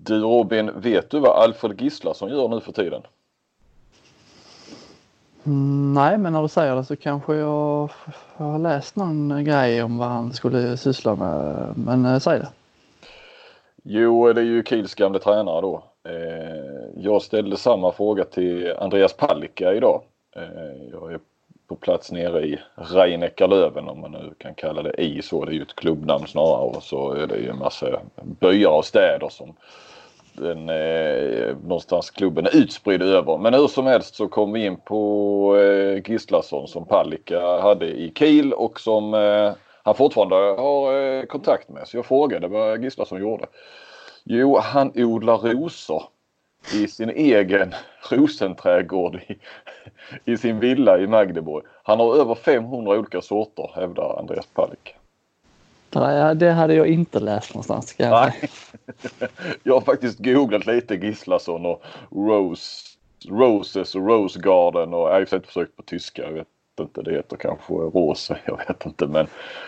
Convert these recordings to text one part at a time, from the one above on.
Du Robin, vet du vad Alfred Gislason gör nu för tiden? Nej, men när du säger det så kanske jag har läst någon grej om vad han skulle syssla med. Men säg det. Jo, det är ju Kiels gamla tränare då. Jag ställde samma fråga till Andreas Palicka idag. Jag är på plats nere i Rhein-Neckar-Löwen, om man nu kan kalla det i så. Det är ju ett klubbnamn snarare, och så är det ju en massa byar och städer som någonstans klubben är utspridd över. Men hur som helst så kom vi in på Gislason som Palicka hade i Kiel och som han fortfarande har kontakt med. Så jag frågade vad Gislason gjorde. Jo, han odlar rosor i sin egen rosenträdgård i sin villa i Magdeburg. Han har över 500 olika sorter, hävdar Andreas Palicka. Nej, det hade jag inte läst någonstans. Nej. Jag har faktiskt googlat lite Gislason och Roses och Rose Garden, och jag har inte försökt på tyska. Jag vet inte, det heter kanske Rose, jag vet inte, men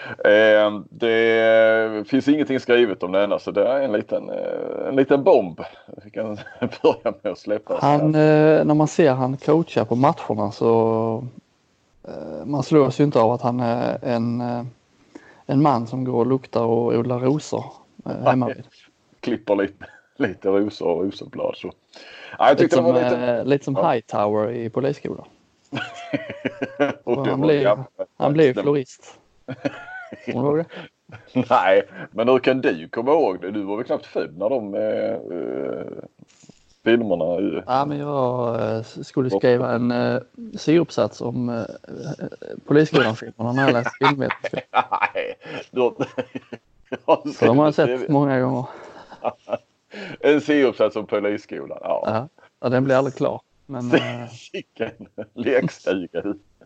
det finns ingenting skrivet om det ena, så det är en liten bomb. Vi kan börja med att släppa. När man ser han coachar på matcherna så man slås ju inte av att han är en man som går och luktar och odlar rosor hemma vid. Klipper lite rosor och rosenblad. Så. Ja, jag tyckte lite som Hightower i polisskolan. Han blev florist. Kommer du ihåg det? Nej, men hur kan du komma ihåg det? Du var väl knappt född när de filmerna... Ja, men jag skulle skriva en C-uppsats om polisskolan-filmerna när jag läste filmvetenskap. Nej, så de har jag sett många gånger. En C-uppsats om polisskolan, ja. Ja, den blir aldrig klar. Men vilken lekstuga.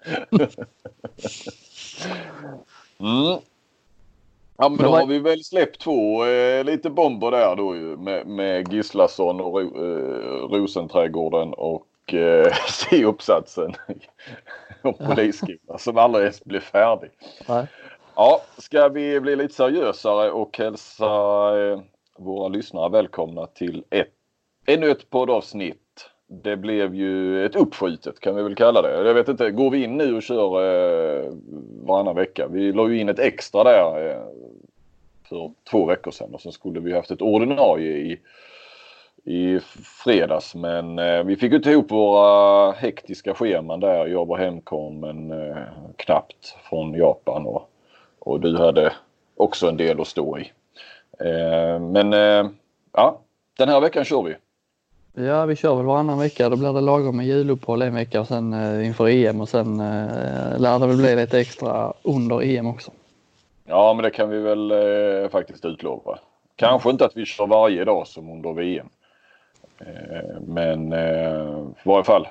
Ja, men då har vi väl släppt två lite bomber där då ju, med Gislason och Rosenträdgården och C-uppsatsen om polisskolan som aldrig ens blir färdig. Nej. Ja, ska vi bli lite seriösare och hälsa våra lyssnare välkomna till ännu ett poddavsnitt. Det blev ju ett uppskjutet, kan vi väl kalla det. Jag vet inte, går vi in nu och kör varannan vecka? Vi la ju in ett extra där för 2 veckor sedan, och så skulle vi haft ett ordinarie i fredags. Men vi fick inte ihop våra hektiska scheman där. Jag var hemkommen knappt från Japan, och du hade också en del att stå i. Men ja, den här veckan kör vi. Ja, vi kör väl varannan vecka. Då blir det lagom med juluppehåll en vecka och sen inför EM, och sen lär det väl bli lite extra under EM också. Ja, men det kan vi väl faktiskt utlova. Kanske inte att vi kör varje dag som under VM. Men i varje fall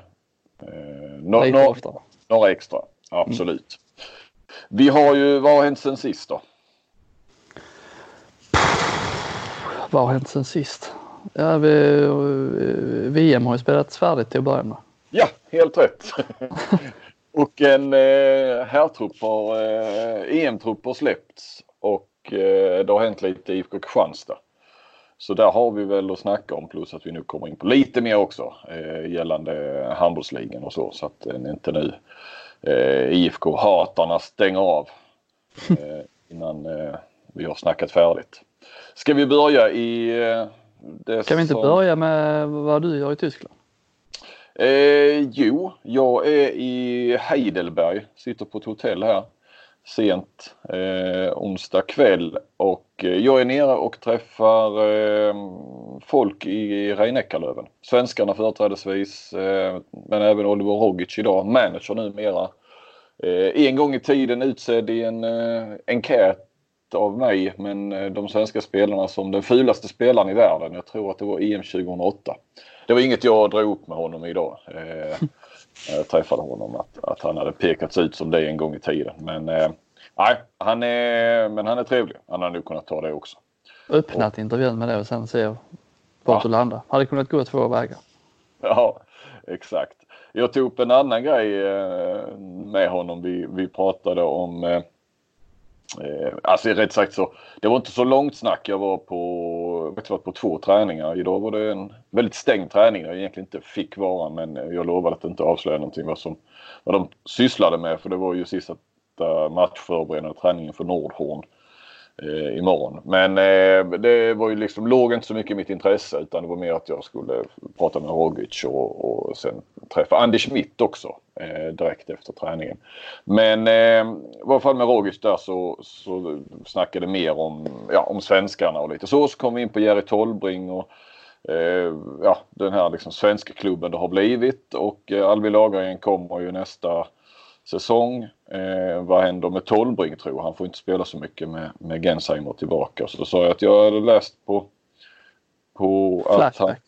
några extra. Absolut. Vi har ju, vad har hänt sen sist då? Vad har hänt sen sist? Ja, VM har ju spelats färdigt till att börja med. Ja, helt rätt. Och en EM-trupp har släppts, och det har hänt lite i IFK Kristianstad. Så där har vi väl att snacka om, plus att vi nu kommer in på lite mer också gällande handbollsligan och så att inte nu IFK-hatarna stänger av innan vi har snackat färdigt. Ska vi börja i kan vi inte börja med vad du gör i Tyskland? Jo, jag är i Heidelberg. Sitter på ett hotell här sent onsdag kväll. Och jag är nere och träffar folk i Rhein-Neckar-Löwen. Svenskarna företrädesvis, men även Oliver Rogic idag. Manager numera. En gång i tiden utsedd i en enkät av mig, men de svenska spelarna som den fulaste spelaren i världen. Jag tror att det var EM 2008. Det var inget jag drog upp med honom idag. Jag träffade honom att han hade pekats ut som det en gång i tiden. Men nej, han är trevlig. Han hade nog kunnat ta det också. Öppnat intervjun med det och sen se vart du landar. Hade kunnat gå 2 vägar. Ja, exakt. Jag tog upp en annan grej med honom. Vi pratade om Alltså rätt sagt så, det var inte så långt snack. Jag var på 2 träningar. Idag var det en väldigt stängd träning där jag egentligen inte fick vara, men jag lovade att inte avslöja någonting vad de sysslade med, för det var ju sista matchförberedande träningen för Nordhorn imorgon. Men det var ju liksom, låg inte så mycket i mitt intresse, utan det var mer att jag skulle prata med Rogic och sen träffa Andy Schmidt också direkt efter träningen. Men i varje fall med Rogic där så snackade mer om svenskarna och lite så kom vi in på Jerry Tolbring och den här liksom svenska klubben det har blivit, och Albin Lagergren kommer ju nästa säsong. Vad händer med Tolbring, tror han får inte spela så mycket med Gensheimer tillbaka. Så sa jag att jag hade läst på att han,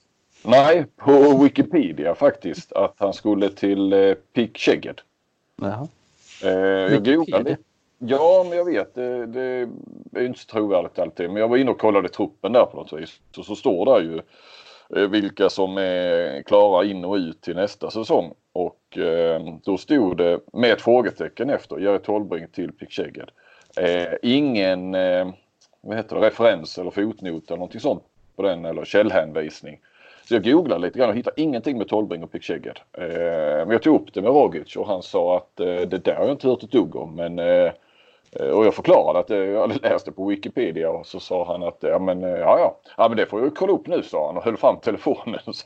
på Wikipedia faktiskt, att han skulle till PIK Szeged. Jaha. Jag googlade. Ja, men jag vet. Det är ju inte så trovärdigt alltid. Men jag var inne och kollade truppen där på något vis. Så står där ju vilka som är klara in och ut till nästa säsong. Och då stod det med ett frågetecken efter Jerry Tolbring till PIK Szeged. Ingen referens eller fotnot eller någonting sånt på den, eller källhänvisning. Så jag googlade lite grann och hittade ingenting med Tolbring och PIK Szeged. Men jag tog upp det med Rogic och han sa att det där har jag inte hört ett dugg om. Men, och jag förklarade att jag hade läst det på Wikipedia, och så sa han att men det får jag kolla upp nu, sa han, och höll fram telefonen så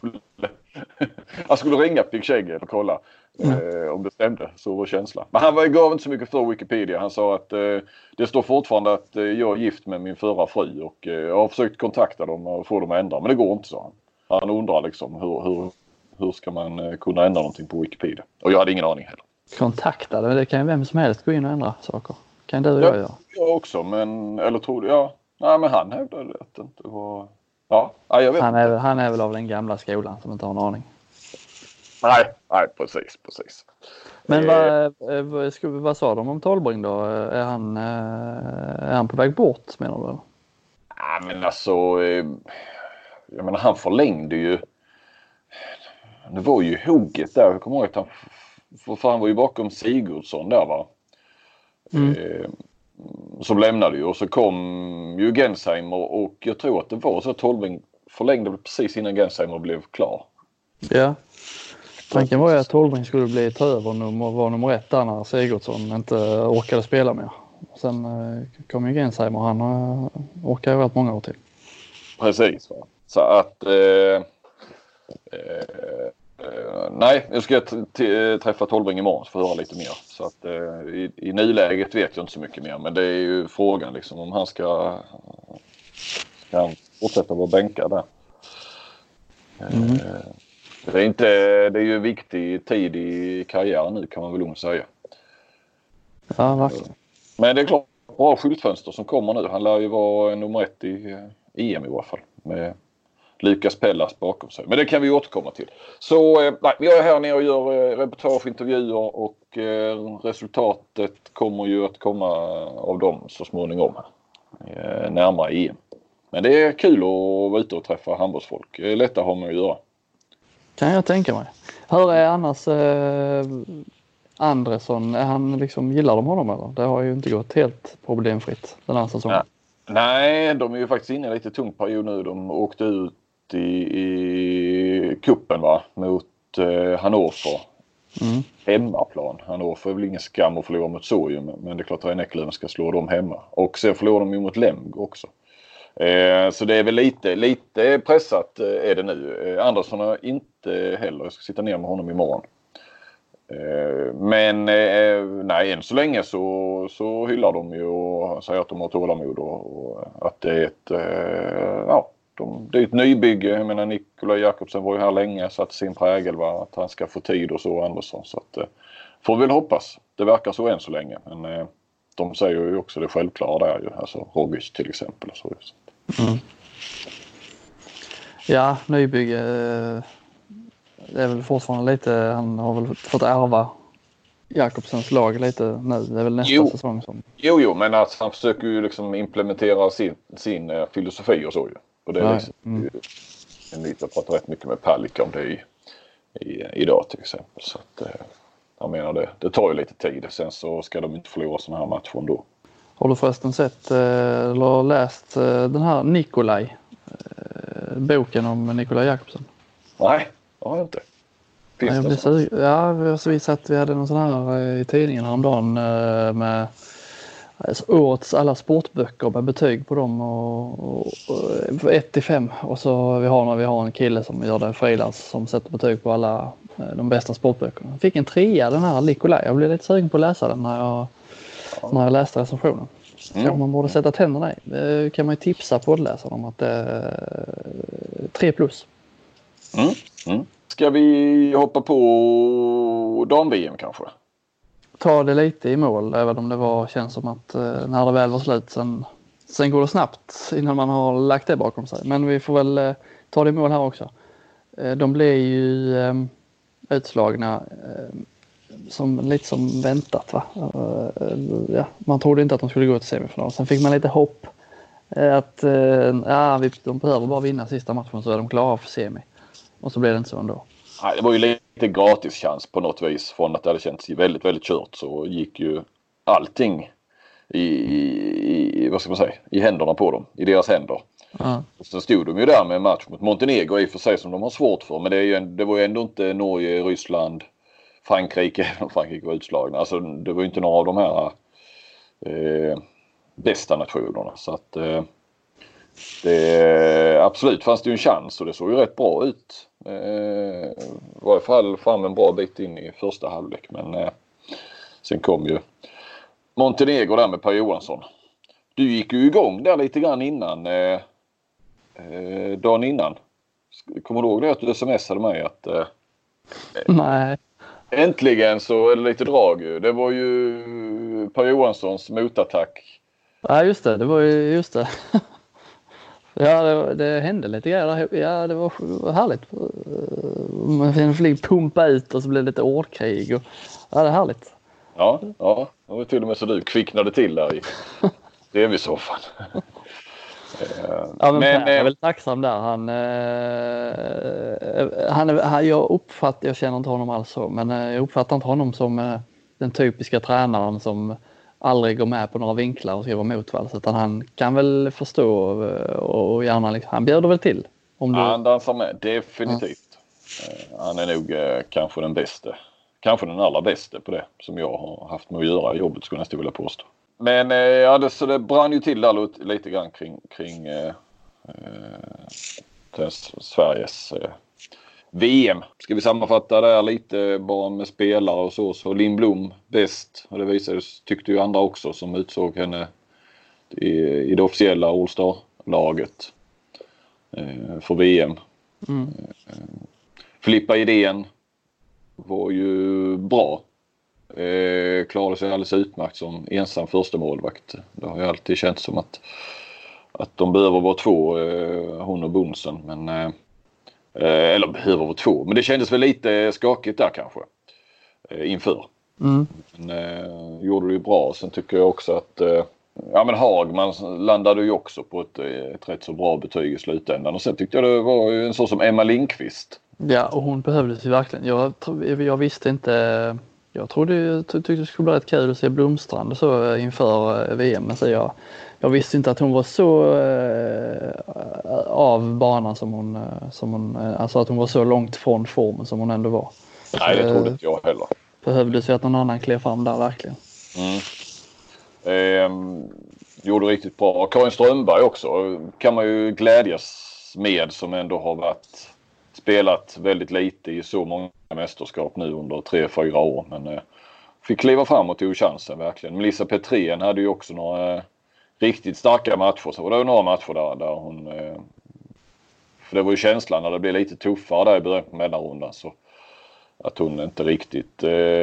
han skulle ringa PIK Szeged och kolla om det stämde. Så var känslan. Men han gav inte så mycket för Wikipedia. Han sa att det står fortfarande att jag är gift med min förra fru, och jag har försökt kontakta dem och få dem att ändra, men det går inte, sa han. Han undrar liksom hur ska man kunna ändra någonting på Wikipedia, och jag hade ingen aning heller. Kontaktade, det kan ju vem som helst gå in och ändra saker. Kan du och jag göra? Jag också, men eller tror du, men han hävdade att det inte var. Jag vet. Han är väl av den gamla skolan som inte har en aning. Nej, precis. Men vad sa de om Tolbring då? Är han på väg bort, menar du? Ja, men alltså, jag menar, han förlängde ju. Det var ju hugget där. Jag kommer ihåg att han var ju bakom Sigurdsson där, va? Som lämnade ju, och så kom ju Gensheimer, och jag tror att det var så att Tolbring förlängde precis innan Gensheimer blev klar. Ja. Tanken var ju att Tolbring skulle ta över var nummer 1 där när Sigurdsson inte orkade spela mer. Sen kom ju Gensheimer, och han orkar ju rätt många år till. Precis, va? Så att nej, jag ska träffa Tolbring imorgon för att höra lite mer. Så att i nuläget vet jag inte så mycket mer. Men det är ju frågan liksom om han ska fortsätta vara bänkad där. Det är ju viktig tid i karriären nu, kan man väl lugnt säga. Ja, verkligen. Men det är klart, bra skyltfönster som kommer nu. Han lär ju vara nummer 1 i EM i alla fall. Med Lukas Pellas bakom sig. Men det kan vi återkomma till. Så vi är här nere och gör reportageintervjuer, och resultatet kommer ju att komma av dem så småningom närmare EM. Men det är kul att vara ute och träffa handbollsfolk. Det är lätt att ha med att göra. Kan jag tänka mig. Hur är annars Andresson? Gillar de honom eller? Det har ju inte gått helt problemfritt den här säsongen. Nej, de är ju faktiskt inne i lite tung period nu. De åkte ut i kuppen, va, mot Hannover. Hemmaplan. Hannover är väl ingen skam att förlora mot Sojum, men det är klart att Eklöven ska slå dem hemma. Och sen förlorar de ju mot Lemgo också. Så det är väl lite pressat är det nu. Andersson har inte heller. Jag ska sitta ner med honom imorgon. Men nej, än så länge så hyllar de ju och säger att de har tålamod och att det är det är ett nybygge. Jag menar, Nikola Jakobsen var ju här länge, satt sin prägel, va, att han ska få tid och så, Andersson. Så att får vi väl hoppas. Det verkar så än så länge. Men de säger ju också det självklara där ju. Alltså Rogic till exempel. Och så. Ja, nybygge. Det är väl fortfarande lite, han har väl fått ärva Jakobsens lag lite nu. Det är väl nästa säsong som. Jo, men att han försöker ju liksom implementera sin filosofi och så ju. Och det är liksom en myt. Jag pratar rätt mycket med Palicka om det idag till exempel. Så att jag menar det tar ju lite tid. Sen så ska de inte förlora såna här matcher ändå. Har du förresten sett eller läst den här Nikolaj? Boken om Nikolaj Jakobsson? Nej, det har jag inte. Finns det? Ja, så vi hade någon sån här i tidningen häromdagen med årets alla sportböcker med betyg på dem och 1-5. Och så vi har en kille som gör det frilans som sätter betyg på alla de bästa sportböckerna. Jag fick en 3 den här Nikolaj. Jag blev lite sugen på att läsa den när jag läste recensionen. Så man borde sätta tänderna i. Kan man ju tipsa poddläsarna om att det är 3+. Ska vi hoppa på dam-VM kanske? Ta det lite i mål, även om känns som att när det väl var slut sen går det snabbt innan man har lagt det bakom sig. Men vi får väl ta det i mål här också. De blev ju utslagna lite som väntat, va? Man trodde inte att de skulle gå till semifinal. Sen fick man lite hopp att de behöver bara vinna sista matchen så är de klara för semi. Och så blev det inte så ändå. Nej, det var ju lite gratis chans på något vis. Från att det hade känts väldigt, väldigt kört så gick ju allting vad ska man säga, i händerna på dem. I deras händer. Och så stod de ju där med en match mot Montenegro i och för sig som de har svårt för. Men det var ju ändå inte Norge, Ryssland, Frankrike. Frankrike var utslagna. Alltså det var ju inte några av de här bästa nationerna. Så att absolut fanns det ju en chans och det såg ju rätt bra ut. I varje fall fram en bra bit in i första halvlek. Men sen kom ju Montenegro där med Per Johansson. Du gick ju igång där lite grann innan. Dagen innan. Kommer du ihåg det att du smsade mig att nej. Äntligen så är det lite drag ju. Det var ju Per Johanssons motattack. Ja just det, det var ju just det. Ja, det hände lite grejer. Ja, det var härligt. Man fick pumpa ut och så blev det lite ordkrig. Ja, det är härligt. Ja, det var till och med så du kvicknade till där i tv-soffan. Ja, men Per är väl tacksam där. Jag känner inte honom alls så, men jag uppfattar inte honom som den typiska tränaren som aldrig går med på några vinklar och ska vara motvalls, utan han kan väl förstå och gärna liksom, han bjuder väl till. Han dansar med, definitivt. Han är nog kanske den bästa. Kanske den allra bästa på det som jag har haft med att göra i jobbet, skulle jag nästan vilja påstå. Men så det brann ju till där lite grann kring Sveriges VM. Ska vi sammanfatta det här lite bara med spelare och så Lindblom bäst. Och det tyckte ju andra också som utsåg henne i det officiella All-Star-laget för VM. Filippa Idén var ju bra. Klarade sig alldeles utmärkt som ensam första målvakt. Det har ju alltid känts som att de behöver vara två, hon och Bunsen. Men eller behöver vara två. Men det kändes väl lite skakigt där kanske. Inför. Men gjorde det ju bra. Sen tycker jag också att Hagman landade ju också på ett rätt så bra betyg i slutändan. Och sen tyckte jag det var en så som Emma Lindqvist. Ja, och hon behövdes ju verkligen. Jag visste inte. Jag tyckte det skulle bli rätt kul att se Blomstrand så inför VM. Så jag visste inte att hon var så av banan som hon alltså att hon var så långt från formen som hon ändå var. Nej, det trodde inte jag heller. Behövdes ju att någon annan klev fram där verkligen. Gjorde riktigt bra. Karin Strömberg också kan man ju glädjas med, som ändå har spelat väldigt lite i så många mästerskap nu under 3-4 år. Men fick kliva fram och tog chansen verkligen. Melissa Petrén hade ju också några riktigt starka matcher. Så det var några matcher där hon... För det var ju känslan när det blev lite tuffare där i början på mellanrundan. Så att hon inte riktigt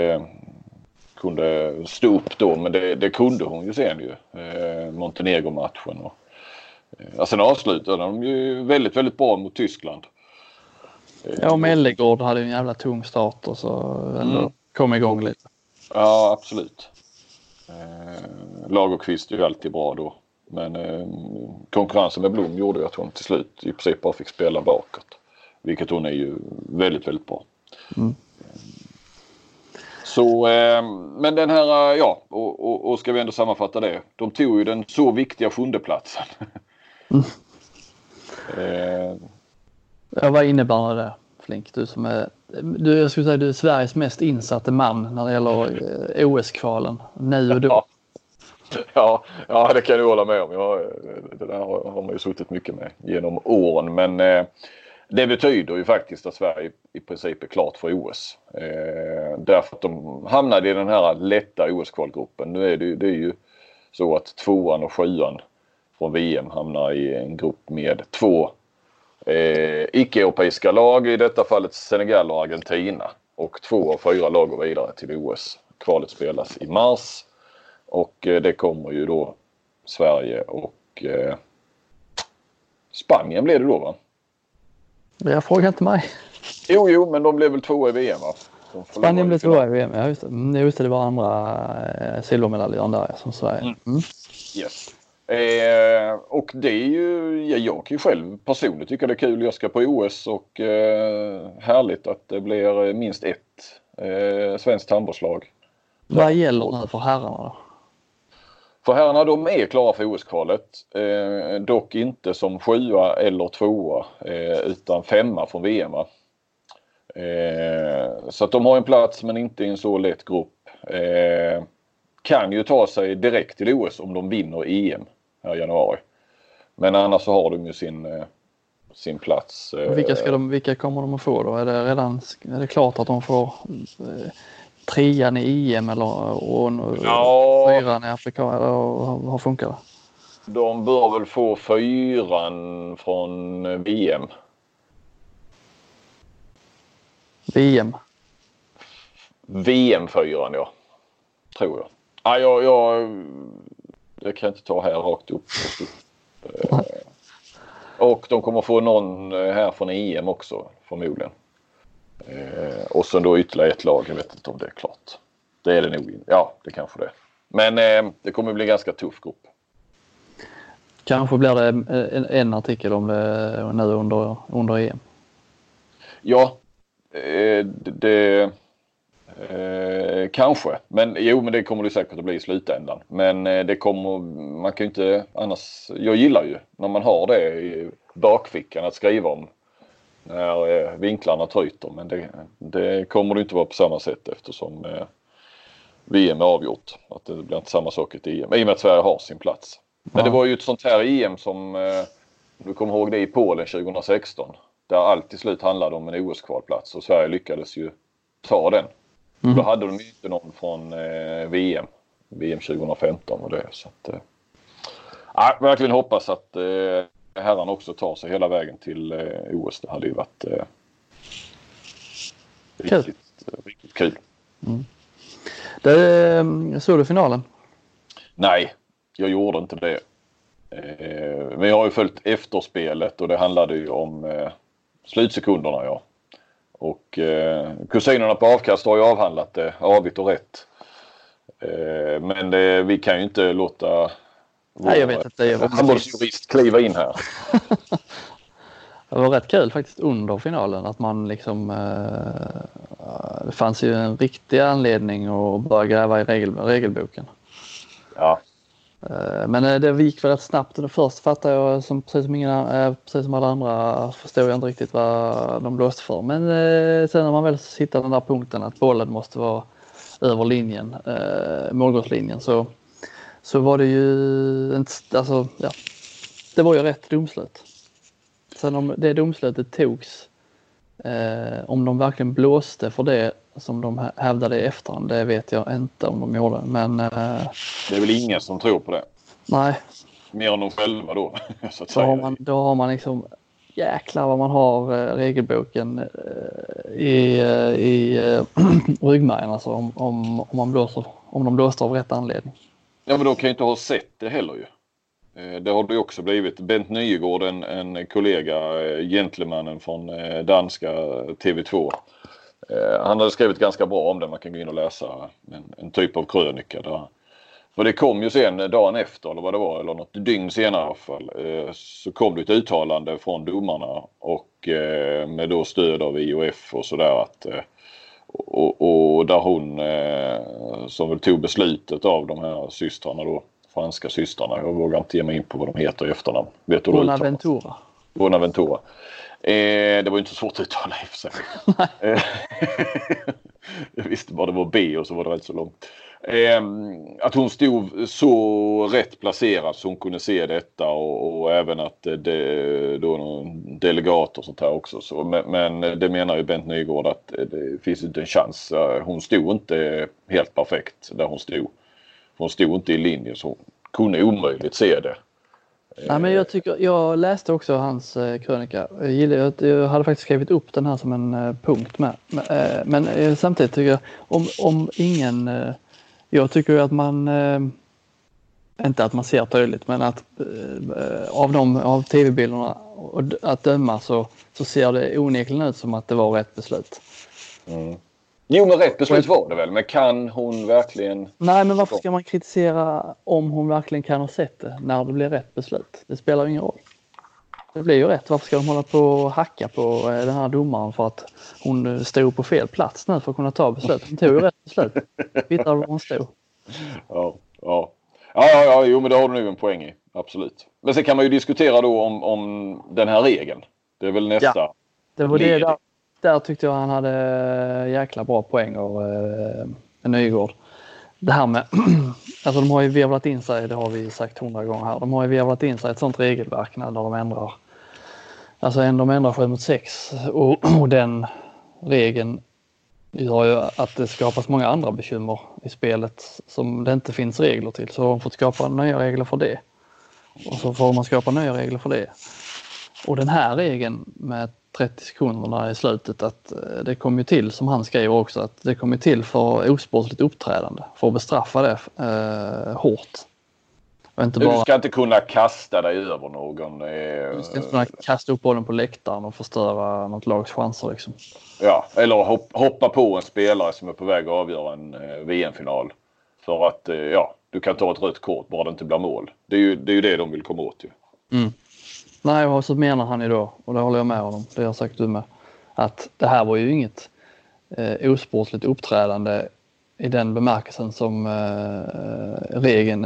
kunde stå upp då. Men det kunde hon ju sen ju. Montenegro-matchen. Sen avslutade de ju väldigt, väldigt bra mot Tyskland. Ja, Mellegård hade en jävla tung start och så ändå kom igång lite. Ja, absolut. Lagerqvist är ju alltid bra då. Men konkurrensen med Blom gjorde ju att hon till slut i princip bara fick spela bakåt. Vilket hon är ju väldigt, väldigt bra. Så, men den här, ja, och ska vi ändå sammanfatta det. De tog ju den så viktiga 7:e platsen. Ja, vad innebär det, Flink? Du som är, jag skulle säga du är Sveriges mest insatte man när det gäller OS-kvalen nu och då. Ja, det kan du hålla med om. Det där har man ju suttit mycket med genom åren. Men det betyder ju faktiskt att Sverige i princip är klart för OS. Därför att de hamnade i den här lätta OS-kvalgruppen. Nu är det är ju så att 2:an och 7:an från VM hamnar i en grupp med 2 icke-europeiska lag, i detta fallet Senegal och Argentina. Och 2 av 4 lag går vidare till OS. Kvalet spelas i mars. Och det kommer ju då Sverige och Spanien blev det då, va? Jag frågar inte mig. Jo, men de blev väl 2 i VM, va? Spanien blev 2 i VM, ja just det. Det var andra silvermedaljen där som Sverige. Yes. Och det är ju, jag kan ju själv personligt tycka det är kul. Jag ska på OS och härligt att det blir minst ett svenskt handbollslag. Vad gäller nu för herrarna då? För herrarna, de är klara för OS-kvalet. Dock inte som 7:a eller 2:a utan 5:a från VM. Så att de har en plats men inte i en så lätt grupp. Kan ju ta sig direkt till OS om de vinner EM här i januari. Men annars så har de ju sin plats. Vilka kommer de att få då? Är det klart att de får 3:an i EM eller 4:an i Afrika? Eller hur funkar det? De bör väl få 4:an från VM. VM 4:an, ja. Tror jag. Det kan jag inte ta här rakt upp. Och de kommer få någon här från EM också förmodligen. Och sen då ytterligare ett lag. Jag vet inte om det är klart. Det är det nog. Ja, det kanske det. Men det kommer bli en ganska tuff grupp. Kanske blir det en artikel om det nu under EM. Ja, det kanske. Men det kommer det säkert att bli i slutändan. Men man kan ju inte annars. Jag gillar ju när man har det i bakfickan att skriva om när vinklarna tryter. Men det kommer det inte vara på samma sätt eftersom VM är avgjort. Att det blir inte samma sak i EM. I och med att Sverige har sin plats. Men det var ju ett sånt här EM som du kommer ihåg det i Polen 2016. Där allt till slut handlade om en OS-kvalplats. Och Sverige lyckades ju ta den. Då hade de inte någon från VM 2015 och det. Så att, verkligen hoppas att herrarna också tar sig hela vägen till OS. Det hade ju varit riktigt kul. Såg du finalen? Nej, jag gjorde inte det. Men jag har ju följt efterspelet och det handlade ju om slutsekunderna, ja. Och kusinerna på avkast har ju avhandlat det avigt och rätt. Men vi kan ju inte låta jag vet inte. handbollsjurist kliva in här. Det var rätt kul faktiskt under finalen att man liksom det fanns ju en riktig anledning att börja gräva i regelboken. Ja. Men det gick väl rätt snabbt. Först fattade jag precis som alla andra förstod jag inte riktigt vad de blåste för. Men sen när man väl hittar den där punkten att bollen måste vara över linjen, målgårdslinjen, så var det ju det var ju rätt domslut. Sen om det domslutet togs, om de verkligen blåste för det som de hävdade i efterhand, det vet jag inte om de gjorde. Men det är väl ingen som tror på det. Nej. Mer än de själva då. Så att då har man liksom jäklar vad man har regelboken i ryggmärgen, alltså om de blåste av rätt anledning. Ja, men de kan ju inte ha sett det heller ju. Det har det också blivit. Bent Nygård, en kollega, gentlemannen från danska TV2. Han hade skrivit ganska bra om det. Man kan gå in och läsa en typ av krönika där. För det kom ju sen dagen efter eller vad det var, eller något dygn senare i alla fall, så kom det ett uttalande från domarna och med då stöd av IOF och sådär att Och där hon som väl tog beslutet av de här systrarna då, franska systrarna. Jag vågar inte ge mig in på vad de heter i efternamn. Vet du Bonaventura. Bonaventura. Det var ju inte svårt att uttala i och för sig. Jag visste bara det var B och så var det rätt så långt. Att hon stod så rätt placerad så hon kunde se detta och även att det då någon delegat och sånt här också. Så, men det menar ju Bent Nygård att det finns inte en chans. Hon stod inte helt perfekt där hon stod. Hon stod inte i linje så hon kunde omöjligt se det. Nej, men jag läste också hans krönika. Jag hade faktiskt skrivit upp den här som en punkt med. Men samtidigt tycker jag om ingen... Jag tycker att man... inte att man ser tydligt, men att av tv-bilderna att döma så ser det onekligen ut som att det var rätt beslut. Mm. Jo, men rätt beslut var det väl. Men kan hon verkligen... Nej, men varför ska man kritisera om hon verkligen kan ha sett det när det blir rätt beslut? Det spelar ingen roll. Det blir ju rätt. Varför ska de hålla på och hacka på den här domaren för att hon stod på fel plats nu för att kunna ta beslut? Hon tog ju rätt beslut. Vittar var hon stod. Ja, jo, men det har du nu en poäng i. Absolut. Men sen kan man ju diskutera då om den här regeln. Det är väl nästa. Ja, det var det där tyckte jag han hade jäkla bra poäng och Nygård. Det här med, alltså de har ju virvlat in sig, det har vi sagt 100 gånger här, de har ju virvlat in sig ett sånt regelverk när de ändrar, alltså de ändrar 7-6 och den regeln gör ju att det skapas många andra bekymmer i spelet som det inte finns regler till, så de får skapa nya regler för det och så får man skapa nya regler för det. Och den här regeln med 30 sekunderna i slutet, att det kom ju till, som han skriver också, att det kom ju till för osportsligt uppträdande, för att bestraffa det hårt. Och inte bara... Du ska inte kunna kasta dig över någon. Du ska inte kunna kasta upp bollen på läktaren och förstöra något lags chanser liksom. Ja, eller hoppa på en spelare som är på väg att avgöra en VM-final. För att du kan ta ett rött kort bara det inte blir mål. Det är ju det de vill komma åt ju. Mm. Nej, och så menar han ju då, och det håller jag med honom, det har sagt du med, att det här var ju inget osportsligt uppträdande i den bemärkelsen som regeln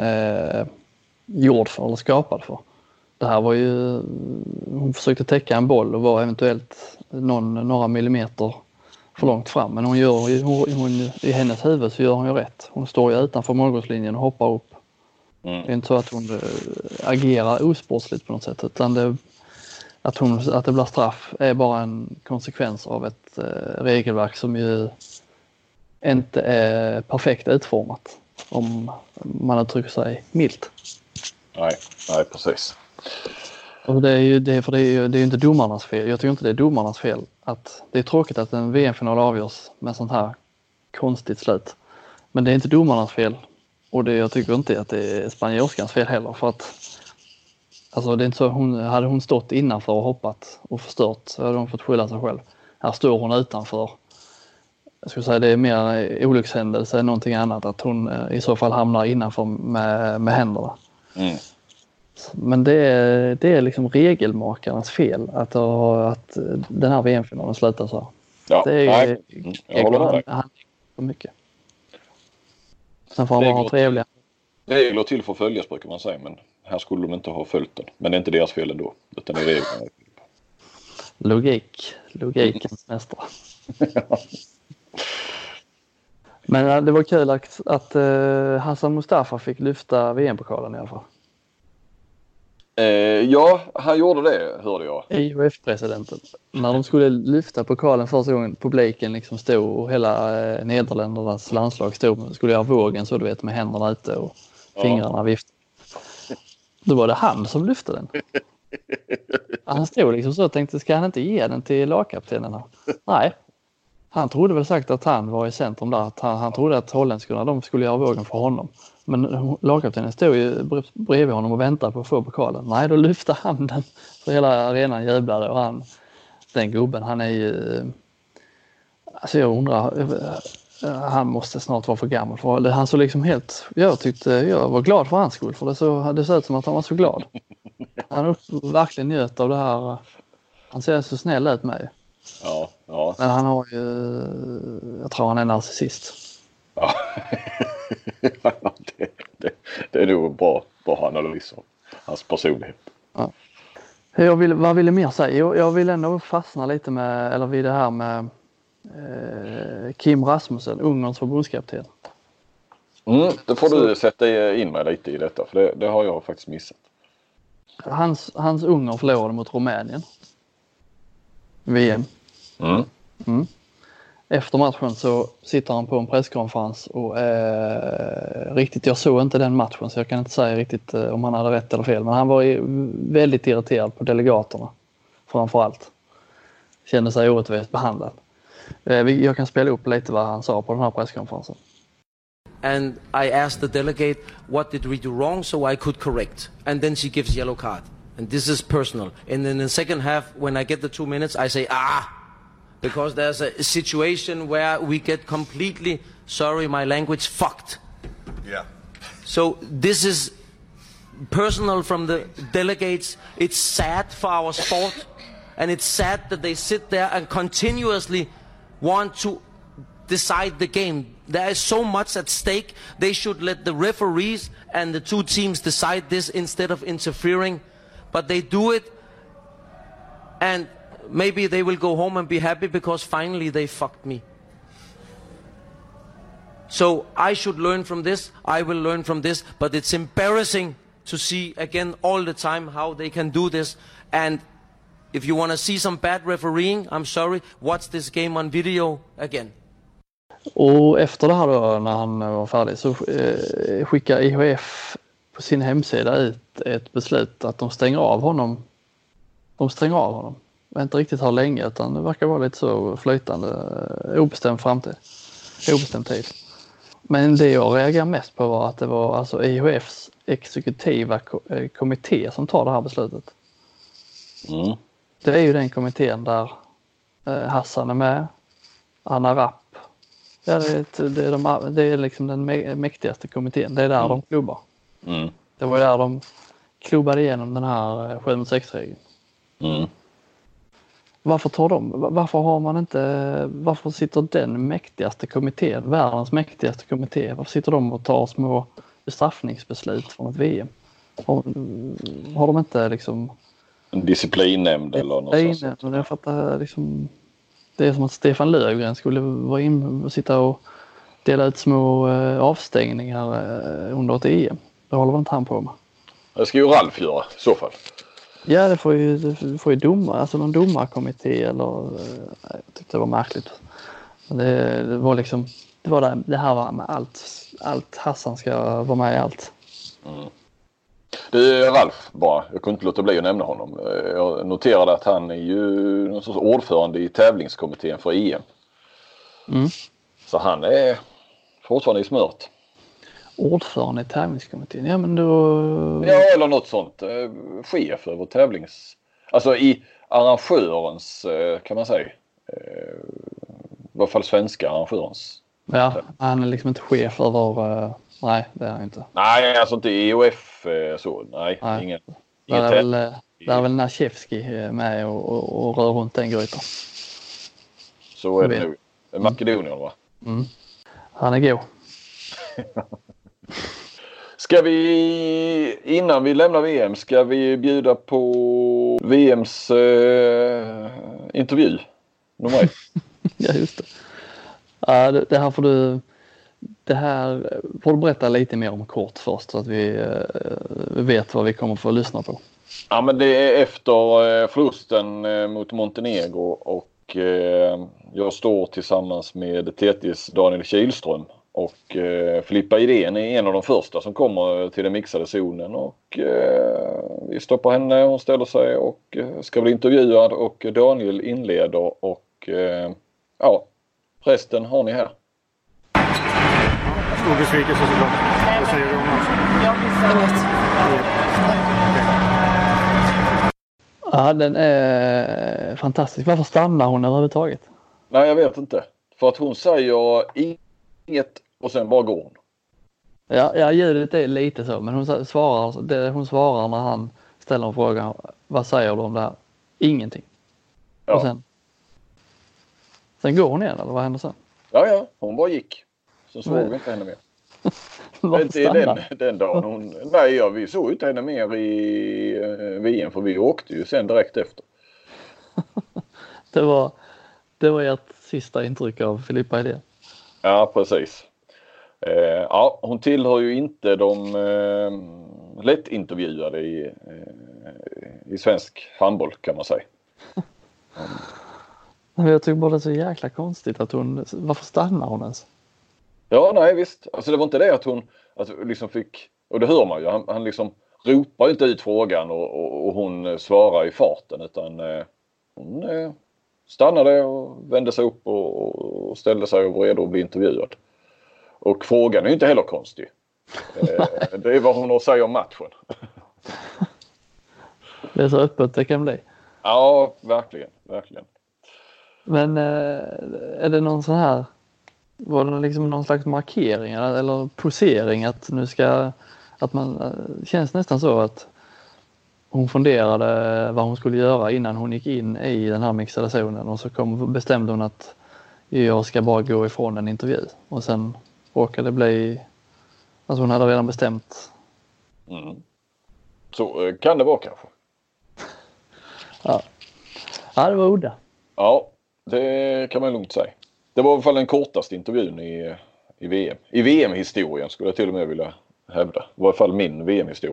gjord för eller skapad för. Det här var ju, hon försökte täcka en boll och var eventuellt några millimeter för långt fram, men hon i hennes huvud så gör hon ju rätt. Hon står ju utanför målgårdslinjen och hoppar upp. Det är inte så att hon agerar osportsligt på något sätt, utan att det blir straff är bara en konsekvens av ett regelverk som ju inte är perfekt utformat, om man uttrycker sig milt. Nej, precis. Och det är ju inte domarnas fel. Jag tycker inte det är domarnas fel. Att det är tråkigt att en VM-final avgörs med sånt här konstigt slut. Men det är inte domarnas fel. Och jag tycker inte att det är spanjorskans fel heller, för att alltså det är inte så, hade hon stått innanför och hoppat och förstört så hade hon fått skylla sig själv. Här står hon utanför. Jag skulle säga det är mer olyckshändelse än någonting annat att hon i så fall hamnar innanför med händerna. Mm. Men det är liksom regelmakarnas fel att den här VM-finalen slutar så. Ja, det är jag håller med dig. Han så mycket. Sen får han vara trevliga. Regler till för att följas brukar man säga, men här skulle de inte ha följt den. Men det är inte deras fel ändå, utan det är reglerna. Logikens mästare. Men det var kul att Hassan Mustafa fick lyfta VM-pokalen i alla fall. Ja, han gjorde det, hörde jag. IOF-presidenten. När de skulle lyfta pokalen första gången, publiken liksom stod och hela Nederländernas landslag skulle göra vågen så du vet med händerna ute och fingrarna viftade. Då var det han som lyfte den. Han stod liksom så och tänkte, ska han inte ge den till lagkaptenen här? Nej. Han trodde väl sagt att han var i centrum där. Att han trodde att holländskarna de skulle göra vågen för honom. Men lagkaptenen stod ju bredvid honom och väntade på att få pokalen. Nej, då lyfte han den. Så hela arenan jublade och den gubben, han är ju... Alltså jag undrar, han måste snart vara för gammal. För han såg liksom helt... Jag var glad för hans skull, för det såg ut som att han var så glad. Han verkligen njöt av det här. Han ser så snäll ut med. Ja, Men han har ju, jag tror han är narcissist. Ja. det är nog bra analys av hans personlighet. Ja. Vad vill jag mer säga? Jag vill ändå fastna lite med, eller vid det här med Kim Rasmussen, Ungerns förbundskapten. Då får du sätta in mig lite i detta, för det har jag faktiskt missat. Hans Ungern förlorade mot Rumänien. VM. Efter matchen så sitter han på en presskonferens och riktigt, jag såg inte den matchen så jag kan inte säga riktigt om han hade rätt eller fel, men han var väldigt irriterad på delegaterna framförallt. Kände sig orättvist behandlad. Jag kan spela upp lite vad han sa på den här presskonferensen. And I asked the delegate, what did we do wrong so I could correct? And then she gives yellow card. And this is personal. And then in the second half, when I get the 2 minutes, I say, because there's a situation where we get completely, sorry my language, fucked. Yeah. So this is personal from the delegates. It's sad for our sport. And it's sad that they sit there and continuously want to decide the game. There is so much at stake. They should let the referees and the two teams decide this instead of interfering. But they do it, and maybe they will go home and be happy because finally they fucked me. So I should learn from this. I will learn from this. But it's embarrassing to see again all the time how they can do this. And if you want to see some bad refereeing, I'm sorry, watch this game on video again. Och efter det här då, när han var färdig, så skickar IHF på sin hemsida ut ett beslut att de stänger av honom. Jag vet inte riktigt hur länge, utan det verkar vara lite så flytande, obestämd tid. Men det jag reagerar mest på var att det var alltså IHFs exekutiva kommitté som tar det här beslutet. Det är ju den kommittén där Hassan är med, Anna Rapp. Ja, det är liksom den mäktigaste kommittén. Det är där de klubbar. Det var där de klubbade igenom den här 7-6-regeln. Varför sitter den mäktigaste kommittén, världens mäktigaste kommitté, varför sitter de och tar små bestraffningsbeslut från ett VM? Har de inte liksom en disciplinnämnd eller något sånt? Jag fattar liksom. Det är som att Stefan Löfgren skulle vara in och sitta och dela ut små avstängningar under ett EM. Det håller väl inte han på med. Det ska ju Ralf göra i så fall. Ja, det får ju domare, alltså någon domarkommitté eller jag tyckte det var märkligt. Det var liksom, det här var med allt Hassan ska vara med i allt. Det är Ralf bara. Jag kunde inte låta bli att nämna honom. Jag noterade att han är ju någon sorts ordförande i tävlingskommittén för EM. Så han är fortfarande i smört. Ordförande i tävlingskommittén? Ja, men då... Ja, eller något sånt. Chef över tävlings... Alltså i arrangörens, kan man säga. I alla fall svenska arrangörens. Ja, han är liksom inte chef över... Nej, det är han inte. Nej, alltså inte EOF så. Nej. Ingen där är väl Nashevski med och rör runt den grytan. Så är det nog. Makedonien, va? Han är god. Ska vi, innan vi lämnar VM, ska vi bjuda på VMs intervju nummer 1? Ja, just det. Det här får du berätta lite mer om kort först så att vi vet vad vi kommer få lyssna på. Ja, men det är efter förlusten mot Montenegro och jag står tillsammans med TT:s Daniel Kihlström och Filippa Idén är en av de första som kommer till den mixade zonen och vi stoppar henne, hon ställer sig och ska bli intervjuad och Daniel inleder och ja, resten har ni här. Stor besvikelse såklart. Vad säger du om matchen? Ja, den är fantastisk. Varför stannar hon överhuvudtaget? Nej, jag vet inte. För att hon säger inget och sen bara går hon. Ja, ljudet är lite så. Men hon svarar när han ställer en fråga. Vad säger du om det här? Ingenting. Ja. Och sen... Sen går hon igen eller vad hände sen? Ja, hon bara gick. Så såg vi inte henne mer. Den dagen vi såg inte henne mer i VM för vi åkte ju sen direkt efter. Det var ert sista intryck av Filippa Idén. Ja, precis. Hon tillhör ju inte de lättintervjuade i svensk handboll kan man säga. Jag tycker bara det är så jäkla konstigt att varför stannar hon ens? Ja, nej visst. Alltså det var inte det att hon liksom fick, och det hör man ju, han liksom ropar inte ut frågan och hon svarar i farten utan hon stannade och vände sig upp och ställde sig och var redo att bli intervjuad. Och frågan är ju inte heller konstig. Det är vad hon har att säga om matchen. Det är så öppet det kan bli. Ja, verkligen. Men är det någon sån här, var det liksom någon slags markering eller posering att man känns nästan så att hon funderade vad hon skulle göra innan hon gick in i den här mixade zonen och så bestämde hon att jag ska bara gå ifrån en intervju och sen råkade det bli, alltså hon hade redan bestämt. Så kan det vara kanske. Ja, det var udda. Ja, det kan man lugnt säga. Det var i alla fall den kortaste intervjun i VM. I VM-historien skulle jag till och med vilja hävda. Det var i alla fall min VM-historia.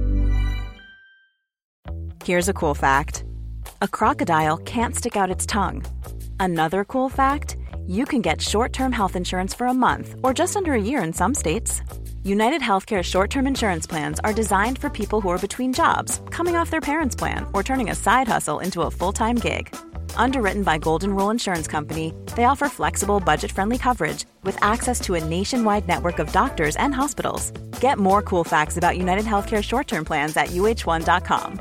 Here's a cool fact. A crocodile can't stick out its tongue. Another cool fact, you can get short-term health insurance for a month or just under a year in some states. United Healthcare short-term insurance plans are designed for people who are between jobs, coming off their parents' plan, or turning a side hustle into a full-time gig. Underwritten by Golden Rule Insurance Company, they offer flexible, budget-friendly coverage with access to a nationwide network of doctors and hospitals. Get more cool facts about United Healthcare short-term plans at uh1.com.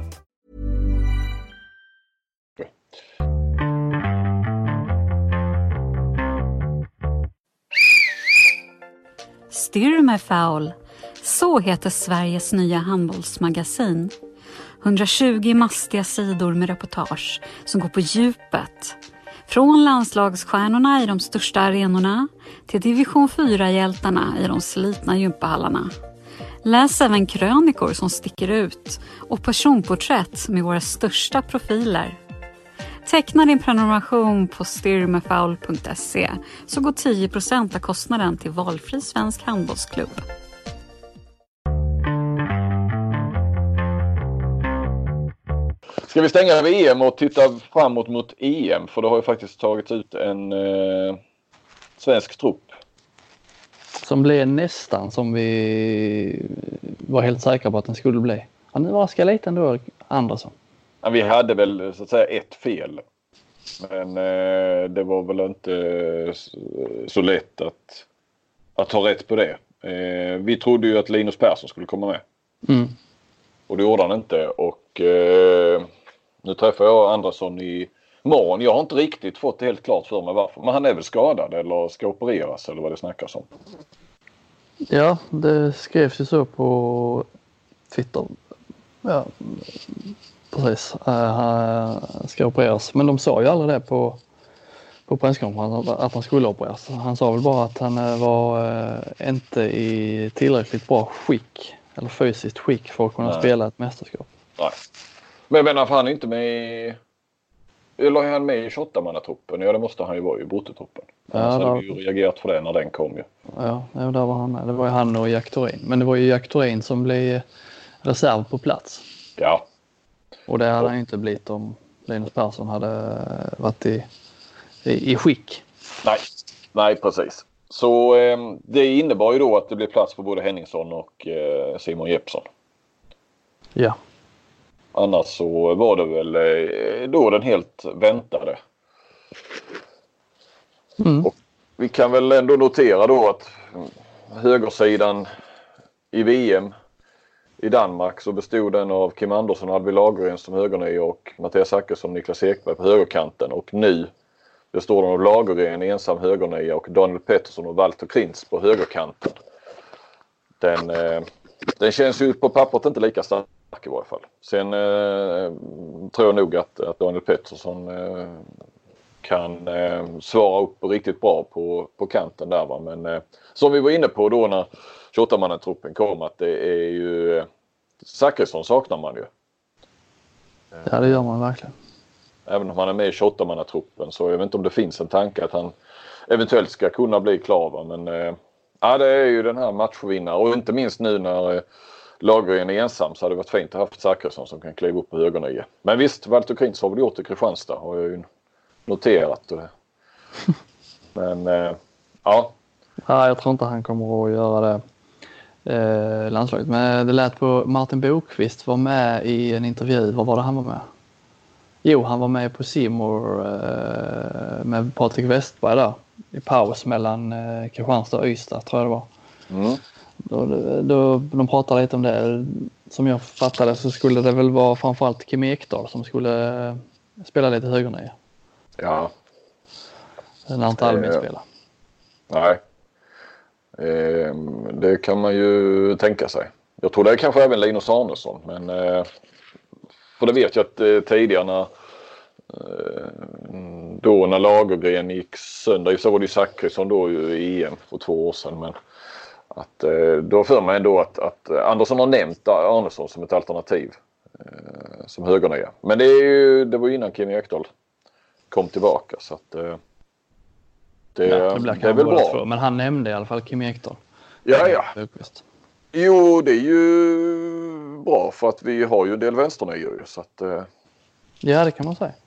Stirr mig foul. Så heter Sveriges nya handbollsmagasin. 120 mastiga sidor med reportage som går på djupet. Från landslagsstjärnorna i de största arenorna till division 4-hjältarna i de slitna gympahallarna. Läs även krönikor som sticker ut och personporträtt med våra största profiler. Teckna din prenumeration på stirrmyfoul.se så går 10% av kostnaden till valfri svensk handbollsklubb. Ska vi stänga VM och titta framåt mot EM? För det har ju faktiskt tagits ut en svensk trupp. Som blev nästan som vi var helt säkra på att den skulle bli. Ja, nu var ska lite ändå Andersson. Ja, vi hade väl så att säga ett fel. Men det var väl inte så lätt att ta rätt på det. Vi trodde ju att Linus Persson skulle komma med. Och det gjorde han inte. Och nu träffar jag Andersson i morgon. Jag har inte riktigt fått det helt klart för mig varför. Men han är väl skadad eller ska opereras eller vad det snackas om. Ja, det skrevs ju så på Twitter. Ja, precis. Han ska opereras. Men de sa ju aldrig det på presskonferensen att han skulle opereras. Han sa väl bara att han var inte i tillräckligt bra skick eller fysiskt skick för att kunna spela ett mästerskap. Nej. Men menar han är inte med eller är han med i 28-mannatruppen? Ja, det måste han ju vara i Brottetruppen. Ja, han hade ju reagerat för det när den kom ju. Ja, där var han med. Det var ju han och Jack Thorin. Men det var ju Jack Thorin som blev reserv på plats. Ja. Och det hade han ju inte blivit om Linus Persson hade varit i skick. Nej, precis. Så det innebar ju då att det blev plats för både Henningsson och Simon Jeppsson. Ja. Annars så var det väl då den helt väntade. Och vi kan väl ändå notera då att högersidan i VM i Danmark så bestod den av Kim Andersson och Albin Lagergren som högernia och Mattias Zachrisson och Niklas Ekberg på högerkanten. Och nu består den av Lagergren ensam högernia och Daniel Pettersson och Walter Krintz på högerkanten. Den känns ju på pappret inte lika stark i varje fall. Sen tror jag nog att Daniel Pettersson kan svara upp riktigt bra på kanten där. Va? Men som vi var inne på då när 28-mannatruppen kom, att det är ju Zachrisson saknar man ju. Ja, det gör man verkligen. Även om han är med i 28-mannatruppen, så jag vet inte om det finns en tanke att han eventuellt ska kunna bli klar. Va? Men det är ju den här matchvinnare, och inte minst nu när Lagergren är ensam, så hade det varit fint att ha haft Zachrisson som kan kliva upp på högernie. Men visst, Walter Krins har väl gjort i Kristianstad, har jag ju noterat. Men ja. Ja, jag tror inte han kommer att göra det landslaget. Men det lät på Martin Bokvist var med i en intervju. Vad var det han var med? Jo, han var med på Simor med Patrik Westberg där. I paus mellan Kristianstad och Ystad, tror jag det var. De pratade lite om det. Som jag fattade så skulle det väl vara framförallt Kim Ekdahl som skulle spela lite högernie. Ja. När inte Albin spelar. Nej. Det kan man ju tänka sig. Jag tror det är kanske även Linus Arnesson. Men för det vet jag att tidigare när Lagergren gick sönder, så var det ju Zachrisson då i EM för 2 år sedan. Men att då för mig ändå att Andersson har nämnt Arnesson som ett alternativ som högernia. Men det var ju innan Kim Ekdahl kom tillbaka, så att det är väl bra. För, men han nämnde i alla fall Kim Ekdahl. Ja. Jo, det är ju bra för att vi har ju en del vänsternior, så att ja, det kan man säga.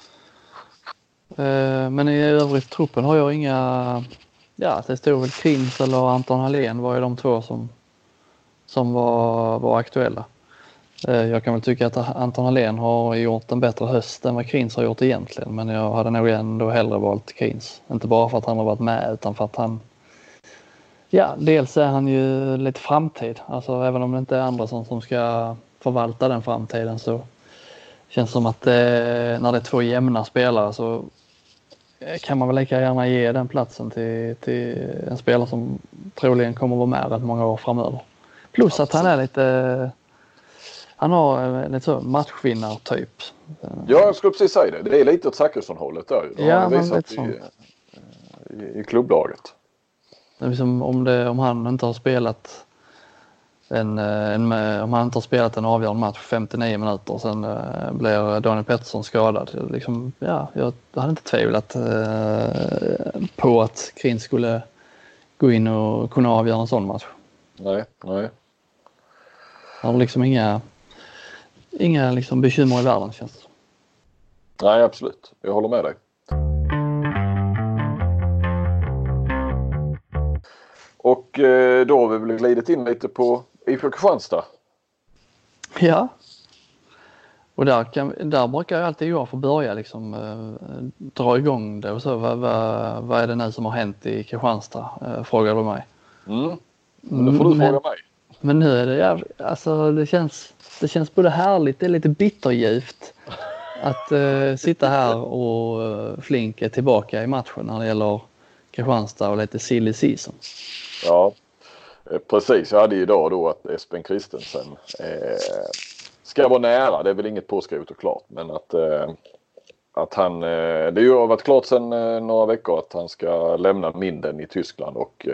Men i övrigt truppen har jag inga. Ja, det stod väl Krins eller Anton Hallén var ju de 2 som var aktuella. Jag kan väl tycka att Anton Hallén har gjort en bättre höst än vad Krins har gjort egentligen. Men jag hade nog ändå hellre valt Krins. Inte bara för att han har varit med, utan för att han. Ja, dels är han ju lite framtid. Alltså även om det inte är Andersson som ska förvalta den framtiden, så känns det som att när det är 2 jämna spelare så kan man väl lika gärna ge den platsen till en spelare som troligen kommer att vara med rätt många år framöver. Plus att han är lite. Han har lite så matchvinnartyp. Ja, jag skulle precis säga det. Det är lite åt Zachrisson-hållet där. Ja, han har visat i klubblaget. Det är liksom om han inte har spelat om han inte har spelat en avgörande match 59 minuter och sen blir Daniel Pettersson skadad. Liksom, ja, jag hade inte tvivlat på att Krins skulle gå in och kunna avgöra en sån match. Nej. Han har liksom inga liksom bekymmer i världen, känns det. Nej, absolut. Jag håller med dig. Och då har vi väl glidit in lite på IFK Kristianstad. Ja. Och där brukar jag alltid få börja liksom dra igång det och så. Vad är det nu som har hänt i Kristianstad? Frågar du mig. Men då får du fråga mig. Men nu är det alltså det känns både härligt, det är lite bitterljuvt att sitta här och Flink är tillbaka i matchen när det gäller Kristianstad och lite silly season. Ja, precis. Jag hade ju idag då att Espen Christensen ska vara nära. Det är väl inget påskrivet och klart, men att han, det har varit klart sedan några veckor att han ska lämna Minden i Tyskland och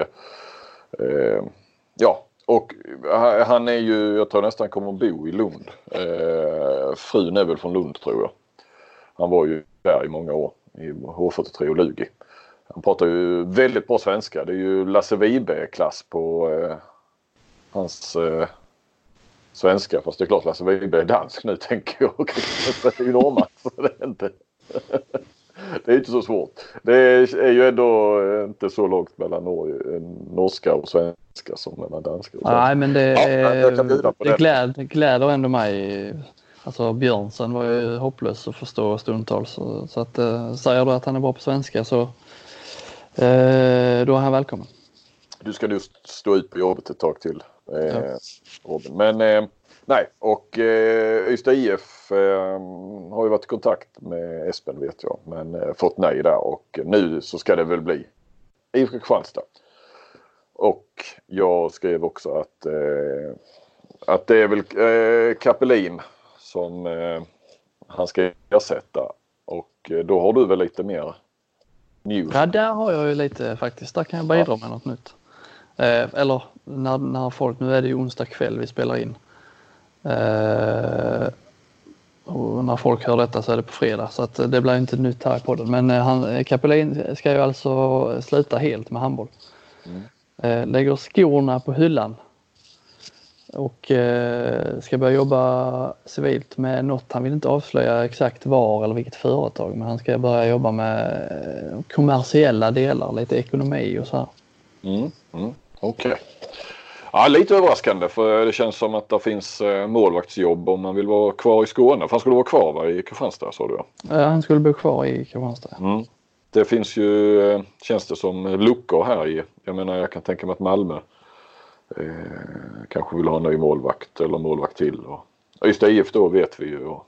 och han är ju, jag tror nästan kommer att bo i Lund. Frun är väl från Lund, tror jag. Han var ju där i många år i H43 och Lugi. Han pratar ju väldigt bra svenska. Det är ju Lasse Vibe-klass på hans svenska. Fast det är klart Lasse Vibe är dansk nu, tänker jag. Det är ju norrman, så det är inte. Det är inte så svårt. Det är ju ändå inte så långt mellan norska och svenska som mellan danska och svenska. Nej, men det gläder ändå mig. Alltså Björnsen var ju hopplös att förstå stundtals. Så att säger du att han är bra på svenska, så då är han välkommen. Du ska nu stå ut på jobbet ett tag till, Robin. Men nej, och Ystad IF har ju varit i kontakt med Espen, vet jag, men fått nej där, och nu så ska det väl bli IFK Kristianstad. Och jag skrev också att det är väl Kapelin som han ska ersätta, och och då har du väl lite mer news? Ja, där har jag ju lite faktiskt. Där kan jag bidra med något nytt. Eller när folk, nu är det ju onsdag kväll vi spelar in. Och när folk hör detta så är det på fredag, så att det blir inte nytt här i podden. Men Capelin ska ju alltså sluta helt med handboll. Lägger skorna på hyllan och ska börja jobba civilt med något. Han vill inte avslöja exakt var eller vilket företag, men han ska börja jobba med kommersiella delar, lite ekonomi och så här. Okej. Ja, lite överraskande, för det känns som att det finns målvaktsjobb om man vill vara kvar i Skåne. För han skulle vara kvar i Kristianstad, sa du? Ja, han skulle bo kvar i Kristianstad. Det finns ju, känns det som, luckor här i. Jag menar, jag kan tänka mig att Malmö kanske vill ha en ny målvakt eller målvakt till. Och just IF då vet vi ju. Och,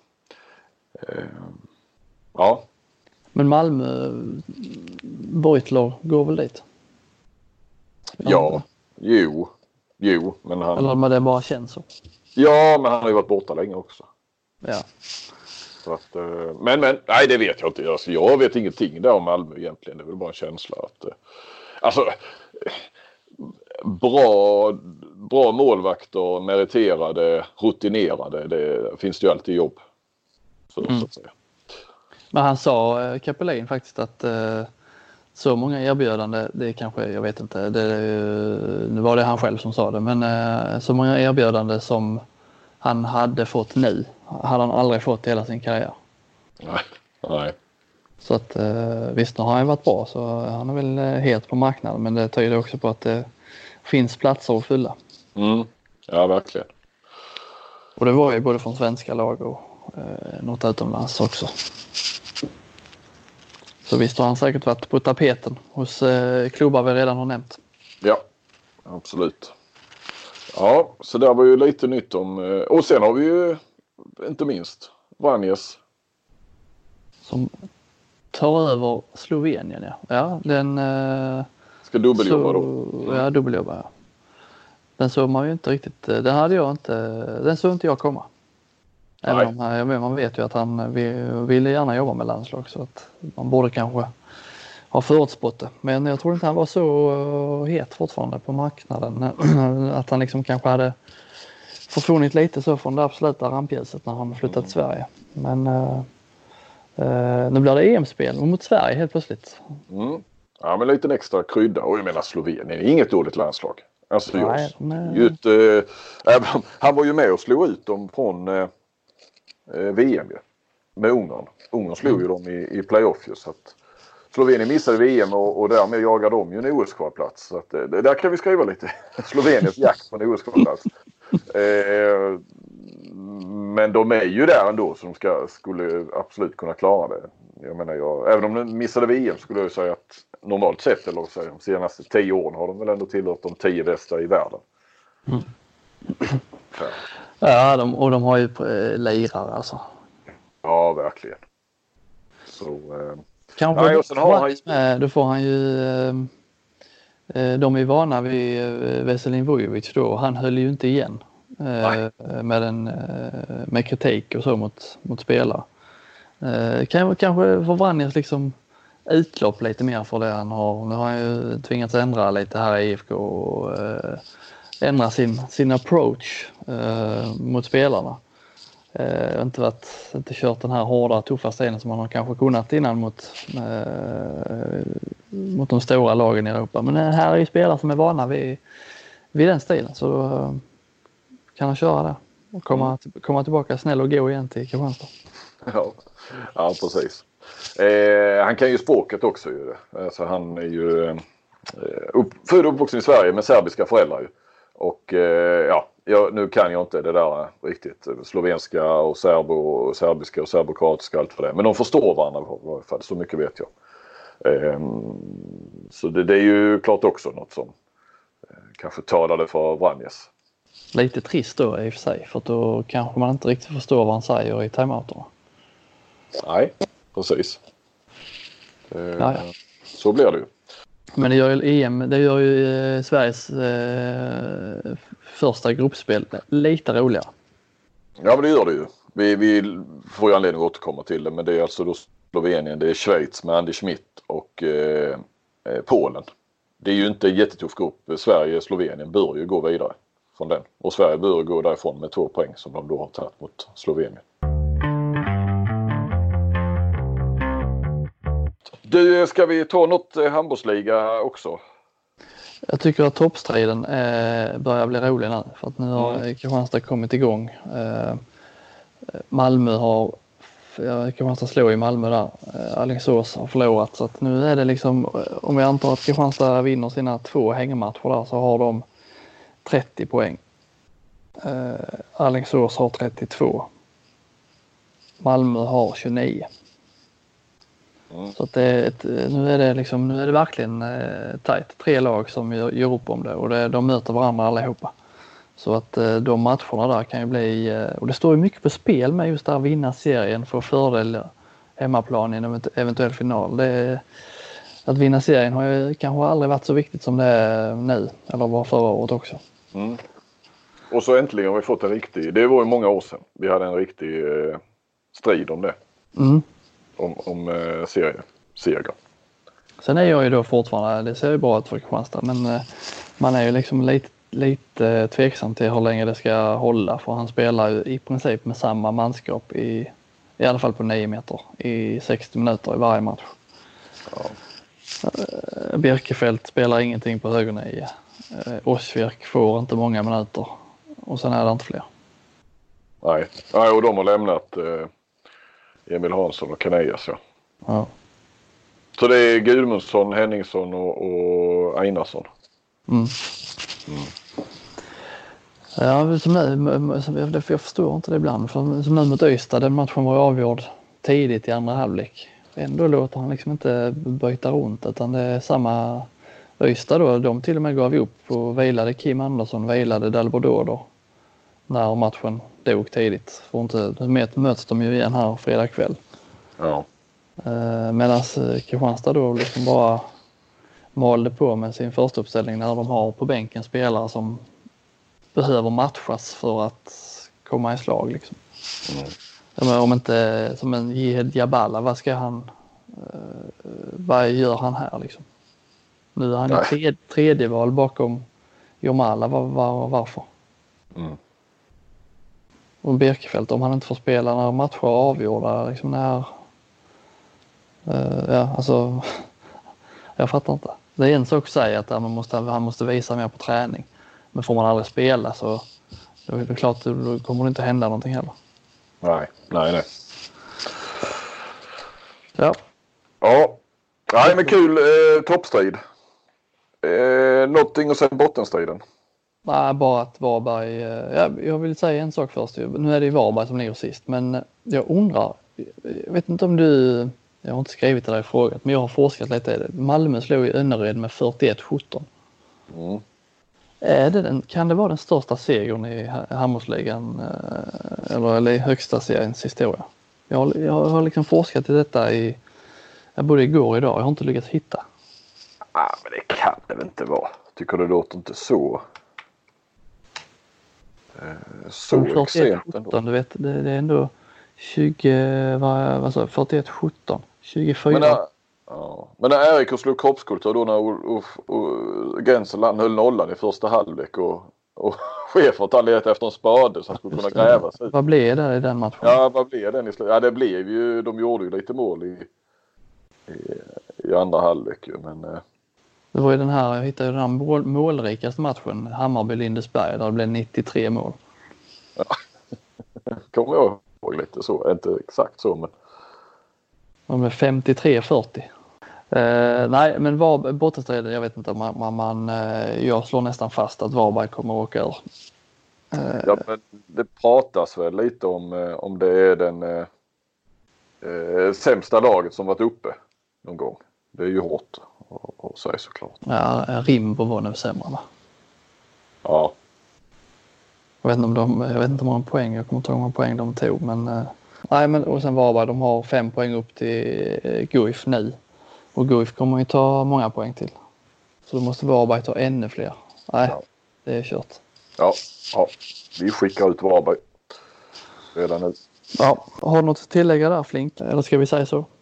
ja. Men Malmö, Beutler går väl dit? Ja, jo, men han... Eller det bara känns så. Ja, men han har ju varit borta länge också. Ja. Så att, men nej, det vet jag inte. Alltså, jag vet ingenting där om Malmö egentligen. Det är väl bara en känsla att... Alltså, bra målvakter, meriterade, rutinerade, det finns det ju alltid jobb. Så att säga. Men han sa, Capelin, faktiskt att så många erbjudande, det är kanske, jag vet inte, nu var det han själv som sa det, men så många erbjudande som han hade fått nu hade han aldrig fått hela sin karriär. Nej. Så att visst, nu har han varit bra, så han är väl het på marknaden, men det tyder också på att det finns platser att fylla. Ja, verkligen. Och det var ju både från svenska lag och något utomlands också. Så visst har han säkert varit på tapeten hos klubbar vi redan har nämnt. Ja, absolut. Ja, så där var ju lite nytt om... Och sen har vi ju, inte minst, Vranjes. Som tar över Slovenien, ja. Ja, den... Ska dubbeljobba då? Ja, dubbeljobba, ja. Den såg man ju inte riktigt... Den såg inte jag komma. Även om man vet ju att han ville gärna jobba med landslag, så att man borde kanske ha förutspått det. Men jag tror inte han var så het fortfarande på marknaden. Att han liksom kanske hade försvunnit lite så från det absoluta rampljuset när han flyttat till Sverige. Men nu blir det EM-spel mot Sverige helt plötsligt. Ja, men lite extra krydda. Och jag menar, Slovenien är inget dåligt landslag. Alltså han var ju med och slog ut dem från VM ju, med Ungern. Ungern slog ju dem i playoff ju, så att Slovenien missade VM och därmed jagade de ju en OS-kvalplats. Så att där kan vi skriva lite Sloveniens jakt på en OS-kvalplats. Men de är ju där ändå, så de skulle absolut kunna klara det. Jag menar, även om de missade VM skulle jag säga att normalt sett, eller så, de senaste 10 åren har de väl ändå tillhört de 10 bästa i världen. Ja, de har ju lirare alltså. Ja, verkligen. Så kanske då får han ju de är vana vid Veselin Vujovic då. Han höll ju inte igen med kritik och så mot spelare. Kanske får Vranjes liksom utlopp lite mer för det han har. Nu har han ju tvingats ändra lite här i IFK och ändra sin approach mot spelarna. Inte kört den här hårda, tuffa stenen som man har kanske kunnat innan mot de stora lagen i Europa. Men här är ju spelare som är vana vid den stilen, så då kan han köra där och komma tillbaka snäll och gå igen till Kristianstad. Ja, precis. Han kan ju språket också ju. Alltså, han är ju född och uppvuxen i Sverige med serbiska föräldrar ju. Och nu kan jag inte det där riktigt. Slovenska och serbiska och serbokroatiska, allt för det. Men de förstår varandra i varje fall, så mycket vet jag. Så det är ju klart också något som kanske talade för Vranjes. Lite trist då i och för sig, för då kanske man inte riktigt förstår vad han säger i timeouterna. Nej, precis. Så blir det ju. Men det gör ju Sveriges första gruppspel lite roligare. Ja, men det gör det ju. Vi får ju anledning att återkomma till det, men det är alltså då Slovenien. Det är Schweiz med Andy Schmidt och Polen. Det är ju inte en jättetuff grupp. Sverige och Slovenien bör ju gå vidare från den. Och Sverige bör gå därifrån med 2 poäng som de då har tagit mot Slovenien. Du, ska vi ta något handbollsliga också? Jag tycker att toppstriden börjar bli rolig nu. För att nu har Kristianstad kommit igång. Malmö har... Kristianstad slår i Malmö där. Alingsås har förlorat. Så att nu är det liksom... Om vi antar att Kristianstad vinner sina 2 hängmatcher där så har de 30 poäng. Alingsås har 32. Malmö har 29. Så att nu är det verkligen tajt. 3 lag som gör upp om det och de möter varandra allihopa. Så att de matcherna där kan ju bli, och det står ju mycket på spel med just där vinna serien för fördel hemmaplan i en eventuell final. Att vinna serien har ju kanske aldrig varit så viktigt som det är nu, eller var förra året också. Mm. Och så äntligen har vi fått en riktig, det var ju många år sedan vi hade en riktig strid om det. Mm. Om seger. Sen är jag ju då fortfarande, det ser ju bra ut för Kristianstad, men man är ju liksom lite tveksam till hur länge det ska hålla, för han spelar ju i princip med samma manskap i alla fall på 9 meter i 60 minuter i varje match. Ja. Birkefelt spelar ingenting på höger 9. Osvik får inte många minuter och sen är det inte fler. Nej, och de har lämnat Emil Hansson och Kanejas. Ja. Så det är Gudmundsson, Henningsson och Einarsson. Ja, jag förstår inte det ibland. För som nu mot Ystad, den matchen var avgjord tidigt i andra halvlek. Ändå låter han liksom inte byta runt, utan det är samma Ystad då. De till och med gav upp och vilade Kim Andersson, vilade Dalbordor när matchen dog tidigt. För inte möts de ju igen här fredag kväll. Ja. Medan Kristianstad då liksom bara malde på med sin första uppställning när de har på bänken spelare som behöver matchas för att komma i slag liksom. Om inte som en Jihed Jabala, vad gör han här liksom? Nu är han ju tredje val bakom Jomala, varför? Och Birkefelt, om han inte får spela när matcher är avgjorda liksom när jag fattar inte. Det är en sak att säga att han måste visa mer på träning. Men får man aldrig spela så då är det klart att då kommer det inte hända någonting heller. Nej. Ja. Ja. Nej, men kul toppstrid. Någonting och sen bottenstriden. Nej, bara att Varberg... jag vill säga en sak först. Nu är det ju Varberg som ligger sist. Men jag undrar... Jag vet inte om du... Jag har inte skrivit det där i frågan. Men jag har forskat lite i det. Malmö slog i Önnered med 41-17. Kan det vara den största segern i handbollsligan? Eller i högsta seriens historia? Jag har liksom forskat i detta både igår och idag. Jag har inte lyckats hitta. Men det kan det väl inte vara. Tycker det låter inte så extremt ändå. Du vet, det är ändå 41-17. 24. Men när Erik slog kroppskultur då när Gensel höll nollan i första halvlek och Schäfert han letade efter en spade så han skulle kunna gräva sig. Vad blev det i den matchen? Ja, vad blev den i slutet? Ja, det blev ju, de gjorde ju lite mål i andra halvlek ju, men det var ju den här, jag hittade den här målrikaste matchen, Hammarby-Lindesberg, där det blev 93 mål. Ja. Kommer jag ihåg lite så, inte exakt så, men de blev 53-40. Nej, men bottenstriden, jag vet inte om jag slår nästan fast att Varberg kommer att åka ur. Ja, men det pratas väl lite om det är den sämsta laget som varit uppe någon gång. Det är ju hårt att säga såklart. Ja, Rimbo var nu sämre, va? Ja. Jag vet inte om de har en poäng. Jag kommer inte ihåg hur många poäng de tog. Men och sen Varberg, de har 5 poäng upp till Guif nu. Och Guif kommer ju ta många poäng till. Så då måste Varberg ta ännu fler. Nej, det är kört. Ja, vi skickar ut Varberg redan nu. Ja, har du något att tillägga där, Flink? Eller ska vi säga så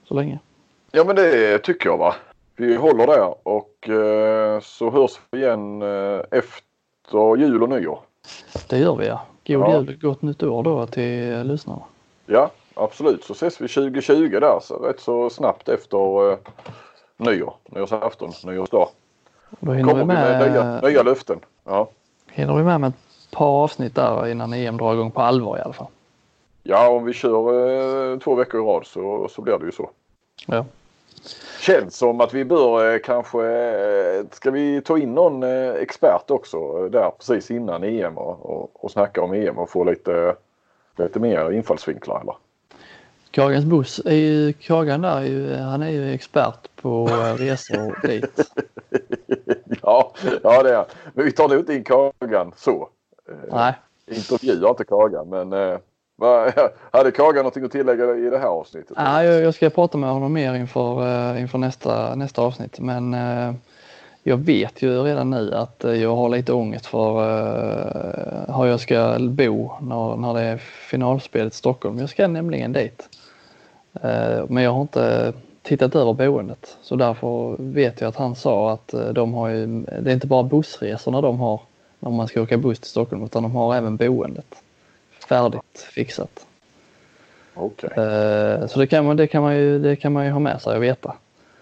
så länge. Ja, men det tycker jag, va. Vi håller där och så hörs vi igen efter jul och nyår. Det gör vi, ja. God jul och gott nytt år då till lyssnarna. Ja, absolut. Så ses vi 2020 där, så rätt så snabbt efter nyårsafton, nyårsdag. Då hinner vi med nya löften. Ja. Hinner vi med ett par avsnitt där innan EM drar igång på allvar i alla fall. Ja, om vi kör 2 veckor i rad så blir det ju så. Ja. Känns som att vi bör ska vi ta in någon expert också där precis innan EM och snacka om EM och få lite mer infallsvinklar, eller? Kagans buss är ju, Kagan där han är ju expert på resor dit. Ja, det är. Men vi tar nog inte in Kagan så. Nej. Intervjuar inte Kagan, men hade Kagan någonting att tillägga i det här avsnittet? Ja, jag ska prata med honom mer inför nästa avsnitt, men jag vet ju redan nu att jag har lite ångest för hur jag ska bo när det är finalspelet i Stockholm. Jag ska nämligen dit. Men jag har inte tittat över boendet, så därför vet jag att han sa att de har ju, det är inte bara bussresorna de har när man ska åka buss till Stockholm, utan de har även boendet färdigt fixat. Okay. Så det kan man ju ha med sig och veta.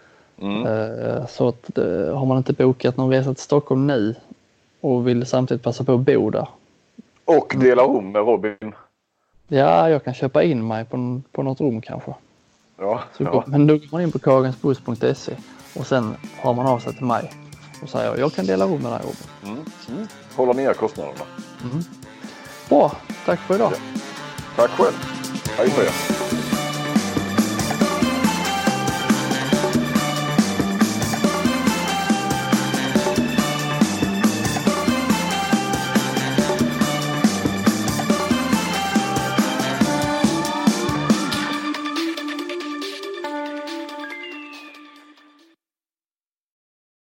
Så att har man inte bokat någon resa till Stockholm nu och vill samtidigt passa på att bo där. Och dela rum med Robin. Ja, jag kan köpa in mig på något rum kanske. Ja. Men då går man in på kagansbuss.se och sen har man av sig till mig och säger jag kan dela rum med dig, Robin. Hålla ner kostnaderna. Bra, tack för idag. Ja. Tack själv. Hej på er.